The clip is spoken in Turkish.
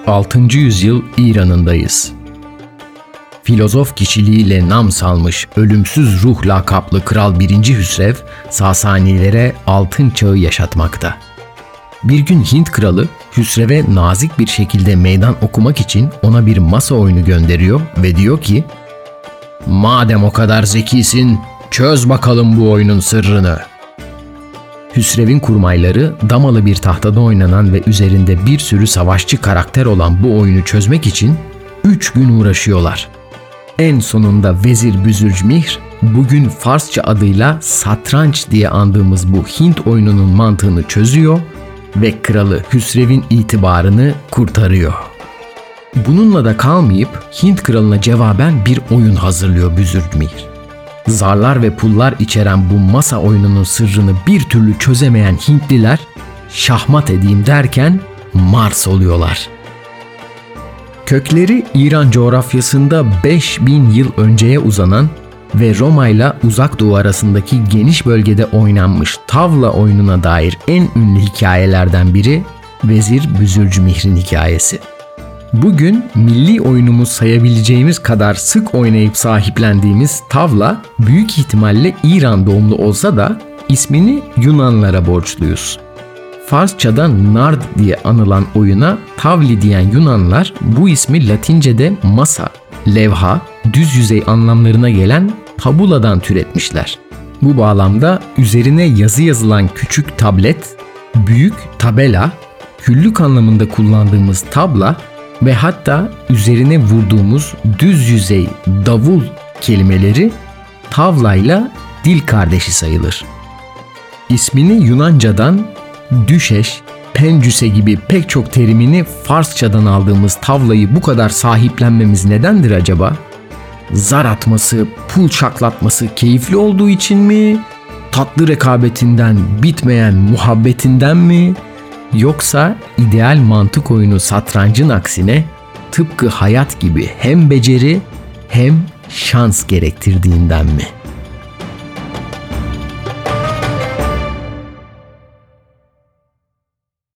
6. yüzyıl İran'ındayız. Filozof kişiliğiyle nam salmış ölümsüz ruh lakaplı Kral 1. Hüsrev, Sasanilere altın çağı yaşatmakta. Bir gün Hint kralı Hüsrev'e nazik bir şekilde meydan okumak için ona bir masa oyunu gönderiyor ve diyor ki, "Madem o kadar zekisin, çöz bakalım bu oyunun sırrını." Hüsrev'in kurmayları damalı bir tahtada oynanan ve üzerinde bir sürü savaşçı karakter olan bu oyunu çözmek için 3 gün uğraşıyorlar. En sonunda Vezir Büzürcmihr, bugün Farsça adıyla satranç diye andığımız bu Hint oyununun mantığını çözüyor ve kralı Hüsrev'in itibarını kurtarıyor. Bununla da kalmayıp Hint kralına cevaben bir oyun hazırlıyor Büzürcmihr. Zarlar ve pullar içeren bu masa oyununun sırrını bir türlü çözemeyen Hintliler şahmat edeyim derken Mars oluyorlar. Kökleri İran coğrafyasında 5000 yıl önceye uzanan ve Roma ile Uzak Doğu arasındaki geniş bölgede oynanmış tavla oyununa dair en ünlü hikayelerden biri Vezir Büzürcmihr'in hikayesi. Bugün milli oyunumuz sayabileceğimiz kadar sık oynayıp sahiplendiğimiz tavla büyük ihtimalle İran doğumlu olsa da ismini Yunanlara borçluyuz. Farsça'da nard diye anılan oyuna tavli diyen Yunanlar bu ismi Latince'de masa, levha, düz yüzey anlamlarına gelen tabuladan türetmişler. Bu bağlamda üzerine yazı yazılan küçük tablet, büyük tabela, küllük anlamında kullandığımız tabla ve hatta üzerine vurduğumuz düz yüzey davul kelimeleri tavlayla dil kardeşi sayılır. İsmini Yunanca'dan düşeş, pencüse gibi pek çok terimini Farsçadan aldığımız tavlayı bu kadar sahiplenmemiz nedendir acaba? Zar atması, pul şaklatması keyifli olduğu için mi? Tatlı rekabetinden, bitmeyen muhabbetinden mi? Yoksa ideal mantık oyunu satrancın aksine tıpkı hayat gibi hem beceri hem şans gerektirdiğinden mi?